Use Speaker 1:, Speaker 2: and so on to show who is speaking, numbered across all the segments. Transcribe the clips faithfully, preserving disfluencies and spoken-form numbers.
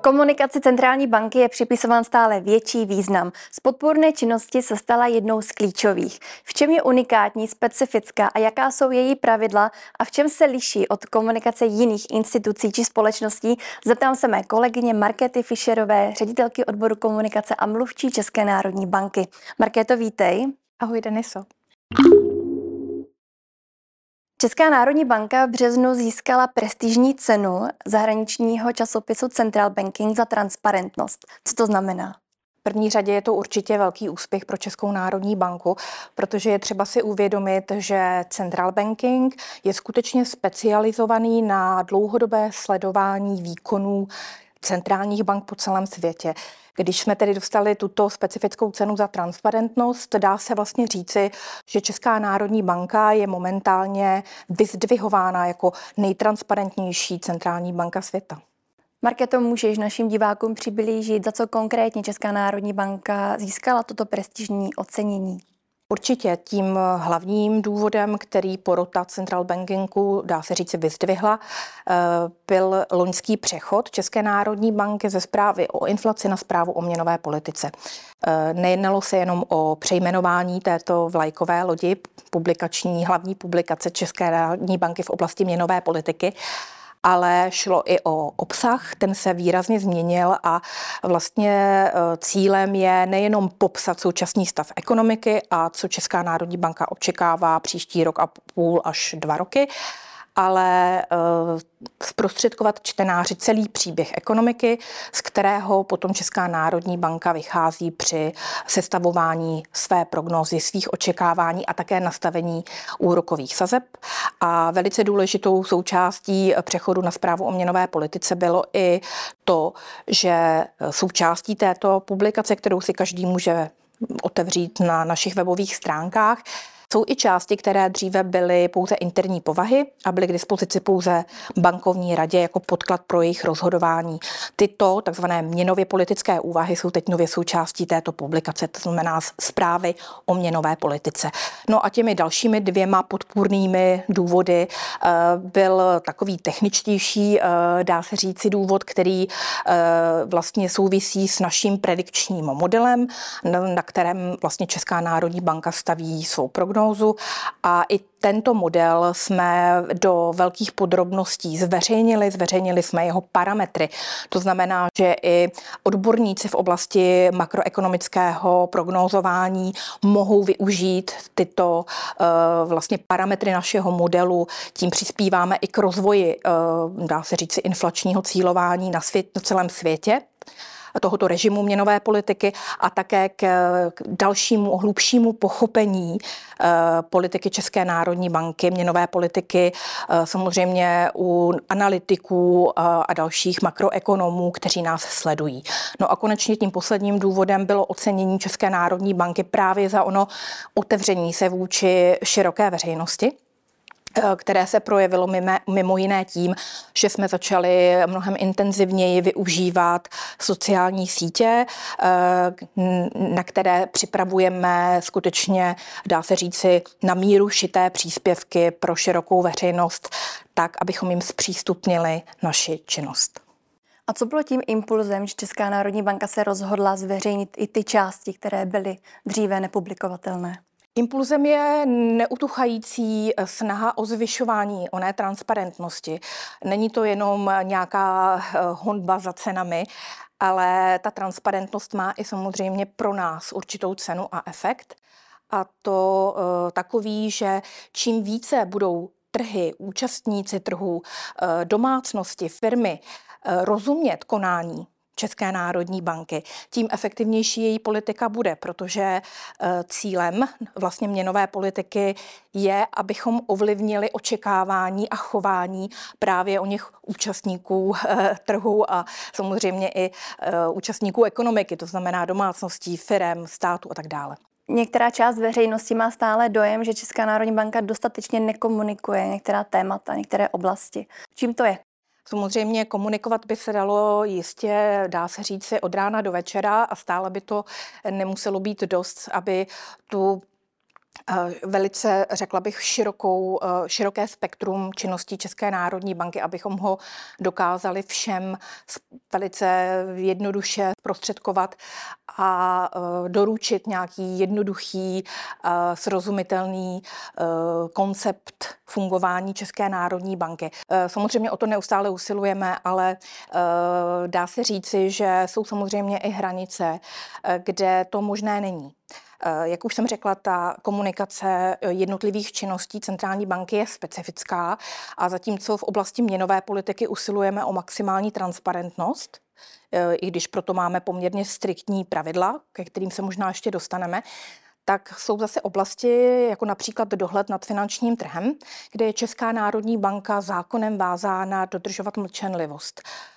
Speaker 1: Komunikaci centrální banky je připisován stále větší význam. Z podpůrné činnosti se stala jednou z klíčových. V čem je unikátní, specifická a jaká jsou její pravidla a v čem se liší od komunikace jiných institucí či společností, zeptám se mé kolegyně Markéty Fischerové, ředitelky odboru komunikace a mluvčí České národní banky. Markéto, vítej.
Speaker 2: Ahoj, Deniso.
Speaker 1: Česká národní banka v březnu získala prestižní cenu zahraničního časopisu Central Banking za transparentnost. Co to znamená?
Speaker 2: V první řadě je to určitě velký úspěch pro Českou národní banku, protože je třeba si uvědomit, že Central Banking je skutečně specializovaný na dlouhodobé sledování výkonů centrálních bank po celém světě. Když jsme tedy dostali tuto specifickou cenu za transparentnost, dá se vlastně říci, že Česká národní banka je momentálně vyzdvihována jako nejtransparentnější centrální banka světa.
Speaker 1: Markéto, můžeš našim divákům přiblížit, za co konkrétně Česká národní banka získala toto prestižní ocenění?
Speaker 2: Určitě tím hlavním důvodem, který porota Central Bankingu, dá se říci, vyzdvihla, byl loňský přechod České národní banky ze zprávy o inflaci na zprávu o měnové politice. Nejednalo se jenom o přejmenování této vlajkové lodi, publikační, hlavní publikace České národní banky v oblasti měnové politiky, ale šlo i o obsah, ten se výrazně změnil a vlastně cílem je nejenom popsat současný stav ekonomiky a co Česká národní banka očekává příští rok a půl až dva roky, ale zprostředkovat čtenáři celý příběh ekonomiky, z kterého potom Česká národní banka vychází při sestavování své prognózy, svých očekávání a také nastavení úrokových sazeb. A velice důležitou součástí přechodu na zprávu o měnové politice bylo i to, že součástí této publikace, kterou si každý může otevřít na našich webových stránkách, jsou i části, které dříve byly pouze interní povahy a byly k dispozici pouze bankovní radě jako podklad pro jejich rozhodování. Tyto takzvané měnově politické úvahy jsou teď nově součástí této publikace, to znamená zprávy o měnové politice. No a těmi dalšími dvěma podpůrnými důvody byl takový techničtější, dá se říci, důvod, který vlastně souvisí s naším predikčním modelem, na kterém vlastně Česká národní banka staví svou prognózu. A i tento model jsme do velkých podrobností zveřejnili, zveřejnili jsme jeho parametry. To znamená, že i odborníci v oblasti makroekonomického prognózování mohou využít tyto uh, vlastně parametry našeho modelu. Tím přispíváme i k rozvoji, uh, dá se říct, inflačního cílování na, svět, na celém světě, tohoto režimu měnové politiky a také k dalšímu hlubšímu pochopení eh, politiky České národní banky, měnové politiky, eh, samozřejmě u analytiků eh, a dalších makroekonomů, kteří nás sledují. No a konečně tím posledním důvodem bylo ocenění České národní banky právě za ono otevření se vůči široké veřejnosti, které se projevilo mimo jiné tím, že jsme začali mnohem intenzivněji využívat sociální sítě, na které připravujeme skutečně, dá se říci, na míru šité příspěvky pro širokou veřejnost, tak, abychom jim zpřístupnili naši činnost.
Speaker 1: A co bylo tím impulzem, že Česká národní banka se rozhodla zveřejnit i ty části, které byly dříve nepublikovatelné?
Speaker 2: Impulzem je neutuchající snaha o zvyšování oné transparentnosti. Není to jenom nějaká honba za cenami, ale ta transparentnost má i samozřejmě pro nás určitou cenu a efekt. A to uh, takový, že čím více budou trhy, účastníci trhů, uh, domácnosti, firmy uh, rozumět konání České národní banky, tím efektivnější její politika bude, protože cílem vlastně měnové politiky je, abychom ovlivnili očekávání a chování právě o něch účastníků trhu a samozřejmě i účastníků ekonomiky, to znamená domácností, firem, státu a tak dále.
Speaker 1: Některá část veřejnosti má stále dojem, že Česká národní banka dostatečně nekomunikuje některá témata, některé oblasti. Čím to je?
Speaker 2: Samozřejmě komunikovat by se dalo jistě, dá se říci, od rána do večera a stále by to nemuselo být dost, aby tu Velice, řekla bych, širokou, široké spektrum činností České národní banky, abychom ho dokázali všem velice jednoduše zprostředkovat a doručit nějaký jednoduchý, srozumitelný koncept fungování České národní banky. Samozřejmě o to neustále usilujeme, ale dá se říci, že jsou samozřejmě i hranice, kde to možné není. Jak už jsem řekla, ta komunikace jednotlivých činností centrální banky je specifická a zatímco v oblasti měnové politiky usilujeme o maximální transparentnost, i když proto máme poměrně striktní pravidla, ke kterým se možná ještě dostaneme, tak jsou zase oblasti, jako například dohled nad finančním trhem, kde je Česká národní banka zákonem vázána dodržovat mlčenlivost.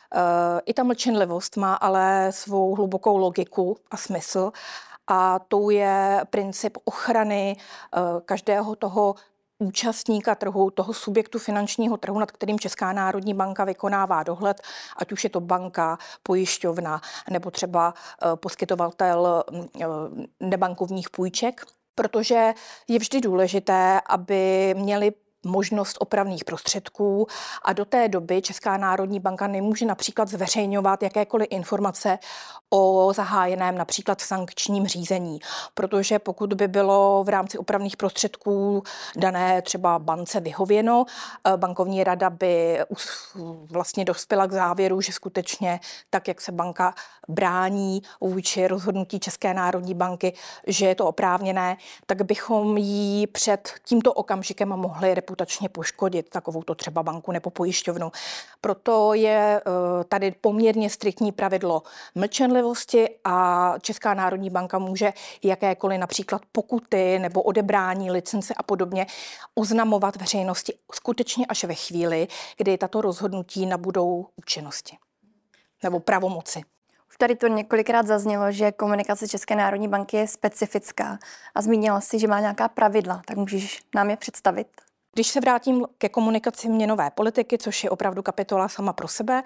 Speaker 2: I ta mlčenlivost má ale svou hlubokou logiku a smysl, a to je princip ochrany každého toho účastníka trhu, toho subjektu finančního trhu, nad kterým Česká národní banka vykonává dohled, ať už je to banka, pojišťovna nebo třeba poskytovatel nebankovních půjček, protože je vždy důležité, aby měli možnost opravných prostředků a do té doby Česká národní banka nemůže například zveřejňovat jakékoliv informace o zahájeném například sankčním řízení, protože pokud by bylo v rámci opravných prostředků dané třeba bance vyhověno, bankovní rada by vlastně dospěla k závěru, že skutečně tak, jak se banka brání vůči rozhodnutí České národní banky, že je to oprávněné, tak bychom jí před tímto okamžikem mohli reputačně poškodit takovouto třeba banku nebo pojišťovnu. Proto je tady poměrně striktní pravidlo mlčenlivosti a Česká národní banka může jakékoliv například pokuty nebo odebrání licence a podobně oznamovat veřejnosti skutečně až ve chvíli, kdy tato rozhodnutí nabudou účinnosti nebo pravomoci.
Speaker 1: Už tady to několikrát zaznělo, že komunikace České národní banky je specifická a zmínila si, že má nějaká pravidla, tak můžeš nám je představit?
Speaker 2: Když se vrátím ke komunikaci měnové politiky, což je opravdu kapitola sama pro sebe,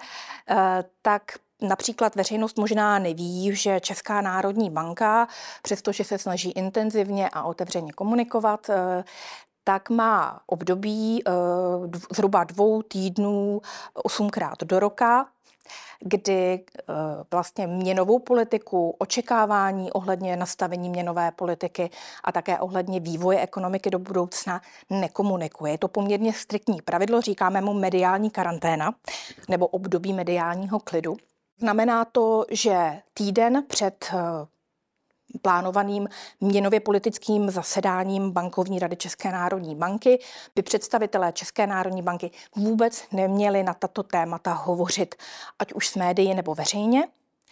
Speaker 2: tak například veřejnost možná neví, že Česká národní banka, přestože se snaží intenzivně a otevřeně komunikovat, tak má období zhruba dvou týdnů osmkrát do roka, kdy vlastně měnovou politiku, očekávání ohledně nastavení měnové politiky a také ohledně vývoje ekonomiky do budoucna nekomunikuje. Je to poměrně striktní pravidlo, říkáme mu mediální karanténa nebo období mediálního klidu. Znamená to, že týden před plánovaným měnově politickým zasedáním bankovní rady České národní banky by představitelé České národní banky vůbec neměli na tato témata hovořit, ať už s médii nebo veřejně.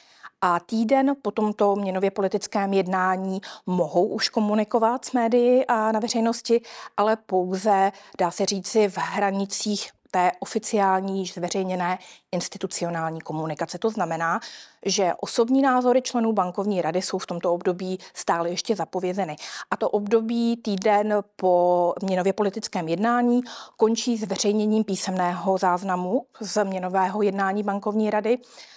Speaker 2: A týden po tomto měnově politickém jednání mohou už komunikovat s médii a na veřejnosti, ale pouze, dá se říci, v hranicích té oficiální, zveřejněné institucionální komunikace. To znamená, že osobní názory členů bankovní rady jsou v tomto období stále ještě zapovězeny. A to období týden po měnově politickém jednání končí zveřejněním písemného záznamu z měnového jednání bankovní rady,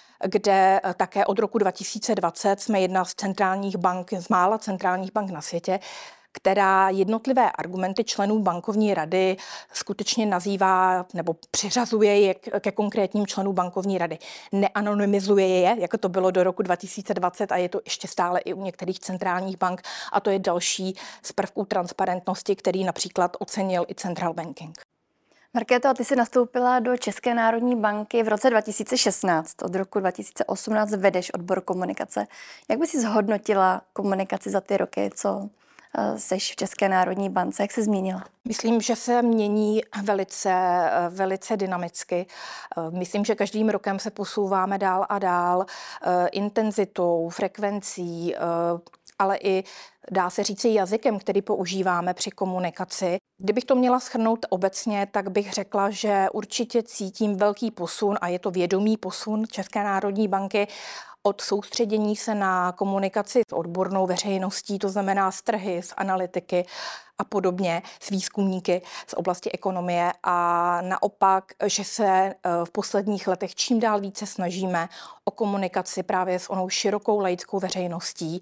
Speaker 2: kde také od roku dva tisíce dvacet jsme jedna z centrálních bank, z mála centrálních bank na světě, která jednotlivé argumenty členů bankovní rady skutečně nazývá nebo přiřazuje je ke konkrétním členům bankovní rady. Neanonymizuje je, jako to bylo do roku dva tisíce dvacet a je to ještě stále i u některých centrálních bank a to je další z prvků transparentnosti, který například ocenil i Central Banking.
Speaker 1: Markéto, a ty jsi nastoupila do České národní banky v roce dva tisíce šestnáct. Od roku dva tisíce osmnáct vedeš odbor komunikace. Jak bys si zhodnotila komunikaci za ty roky, co seš v České národní bance? Jak se změnila?
Speaker 2: Myslím, že se mění velice, velice dynamicky. Myslím, že každým rokem se posouváme dál a dál intenzitou, frekvencí, ale i dá se říci jazykem, který používáme při komunikaci. Kdybych to měla shrnout obecně, tak bych řekla, že určitě cítím velký posun a je to vědomý posun České národní banky od soustředění se na komunikaci s odbornou veřejností, to znamená s trhy, s analytiky a podobně, s výzkumníky z oblasti ekonomie a naopak, že se v posledních letech čím dál více snažíme o komunikaci právě s onou širokou laickou veřejností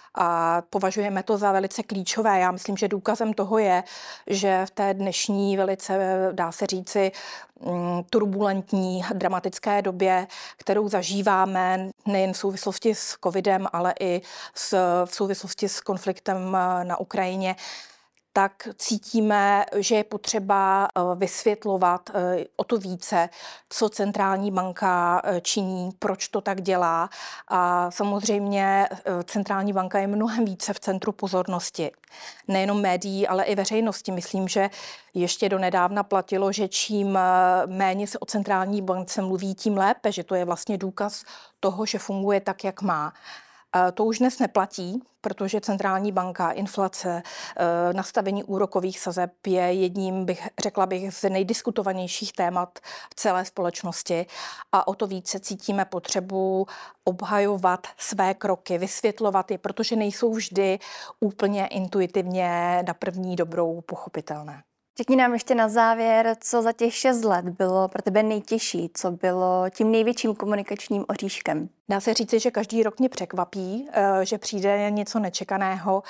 Speaker 2: A považujeme to za velice klíčové. Já myslím, že důkazem toho je, že v té dnešní velice, dá se říci, turbulentní, dramatické době, kterou zažíváme nejen v souvislosti s covidem, ale i s, v souvislosti s konfliktem na Ukrajině, tak cítíme, že je potřeba vysvětlovat o to více, co centrální banka činí, proč to tak dělá. A samozřejmě centrální banka je mnohem více v centru pozornosti. Nejenom médií, ale i veřejnosti. Myslím, že ještě donedávna platilo, že čím méně se o centrální bance mluví, tím lépe, že to je vlastně důkaz toho, že funguje tak, jak má. To už dnes neplatí, protože centrální banka, inflace, nastavení úrokových sazeb je jedním, bych řekla bych, z nejdiskutovanějších témat v celé společnosti a o to více cítíme potřebu obhajovat své kroky, vysvětlovat je, protože nejsou vždy úplně intuitivně na první dobrou pochopitelné.
Speaker 1: Řekni nám ještě na závěr, co za těch šest let bylo pro tebe nejtěžší, co bylo tím největším komunikačním oříškem.
Speaker 2: Dá se říci, že každý rok mě překvapí, že přijde něco nečekaného.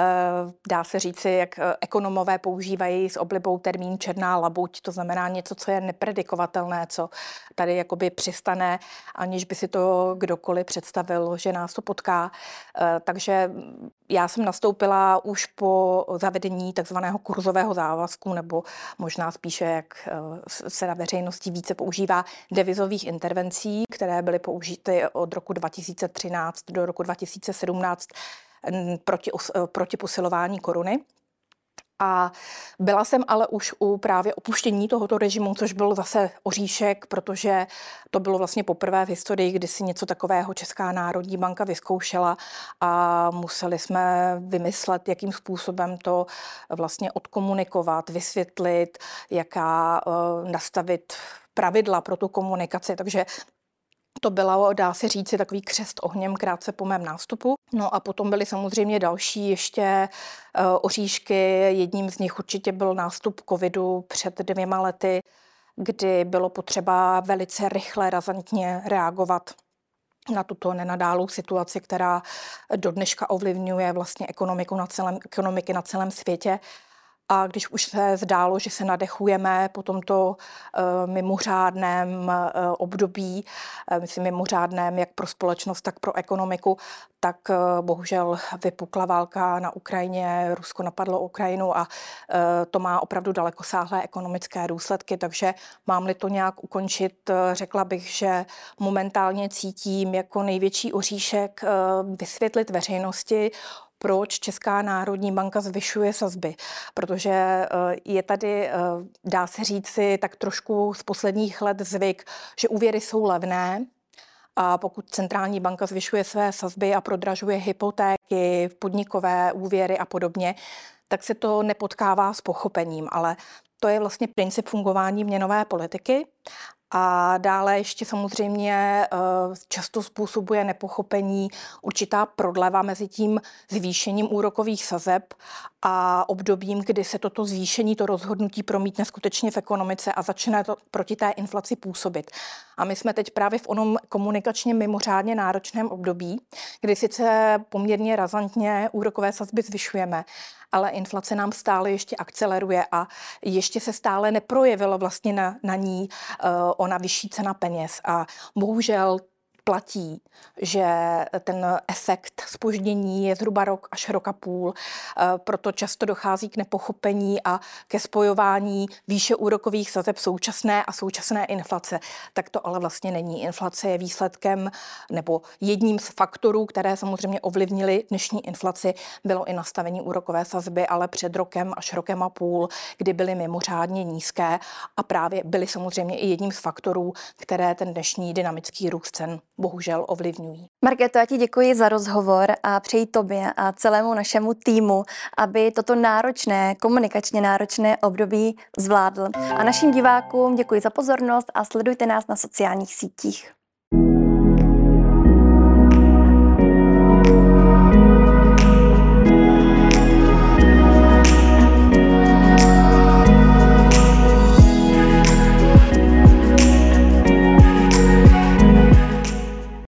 Speaker 2: Dá se říci, jak ekonomové používají s oblibou termín černá labuť, to znamená něco, co je nepredikovatelné, co tady jakoby přistane, aniž by si to kdokoliv představil, že nás to potká. Takže já jsem nastoupila už po zavedení takzvaného kurzového závazku, nebo možná spíše, jak se na veřejnosti více používá, devizových intervencí, které byly použity od roku dva tisíce třináct do roku dva tisíce sedmnáct proti, proti posilování koruny. A byla jsem ale už u právě opuštění tohoto režimu, což byl zase oříšek, protože to bylo vlastně poprvé v historii, kdy si něco takového Česká národní banka vyzkoušela a museli jsme vymyslet, jakým způsobem to vlastně odkomunikovat, vysvětlit, jaká uh, nastavit pravidla pro tu komunikaci. Takže to bylo, dá se říci, takový křest ohněm krátce po mém nástupu. No a potom byly samozřejmě další ještě uh, oříšky. Jedním z nich určitě byl nástup covidu před dvěma lety, kdy bylo potřeba velice rychle, razantně reagovat na tuto nenadálou situaci, která do dneška ovlivňuje vlastně ekonomiku na celém, ekonomiky na celém světě. A když už se zdálo, že se nadechujeme po tomto uh, mimořádném uh, období, uh, myslím mimořádném jak pro společnost, tak pro ekonomiku, tak uh, bohužel vypukla válka na Ukrajině, Rusko napadlo Ukrajinu a uh, to má opravdu dalekosáhlé ekonomické důsledky, takže mám-li to nějak ukončit, uh, řekla bych, že momentálně cítím jako největší oříšek uh, vysvětlit veřejnosti, proč Česká národní banka zvyšuje sazby, protože je tady, dá se říci, tak trošku z posledních let zvyk, že úvěry jsou levné a pokud centrální banka zvyšuje své sazby a prodražuje hypotéky, podnikové úvěry a podobně, tak se to nepotkává s pochopením, ale to je vlastně princip fungování měnové politiky. A dále ještě samozřejmě často způsobuje nepochopení určitá prodleva mezi tím zvýšením úrokových sazeb a obdobím, kdy se toto zvýšení, to rozhodnutí promítne skutečně v ekonomice a začne to proti té inflaci působit. A my jsme teď právě v onom komunikačně mimořádně náročném období, kdy sice poměrně razantně úrokové sazby zvyšujeme, ale inflace nám stále ještě akceleruje a ještě se stále neprojevilo vlastně na, na ní uh, ona vyšší cena peněz. A bohužel platí, že ten efekt zpoždění je zhruba rok až rok a půl, proto často dochází k nepochopení a ke spojování výše úrokových sazeb současné a současné inflace. Tak to ale vlastně není. Inflace je výsledkem nebo jedním z faktorů, které samozřejmě ovlivnily dnešní inflaci, bylo i nastavení úrokové sazby, ale před rokem až rokem a půl, kdy byly mimořádně nízké a právě byly samozřejmě i jedním z faktorů, které ten dnešní dynamický růst cen bohužel ovlivňují.
Speaker 1: Markéto, já ti děkuji za rozhovor a přeji tobě a celému našemu týmu, aby toto náročné, komunikačně náročné období zvládl. A našim divákům děkuji za pozornost a sledujte nás na sociálních sítích.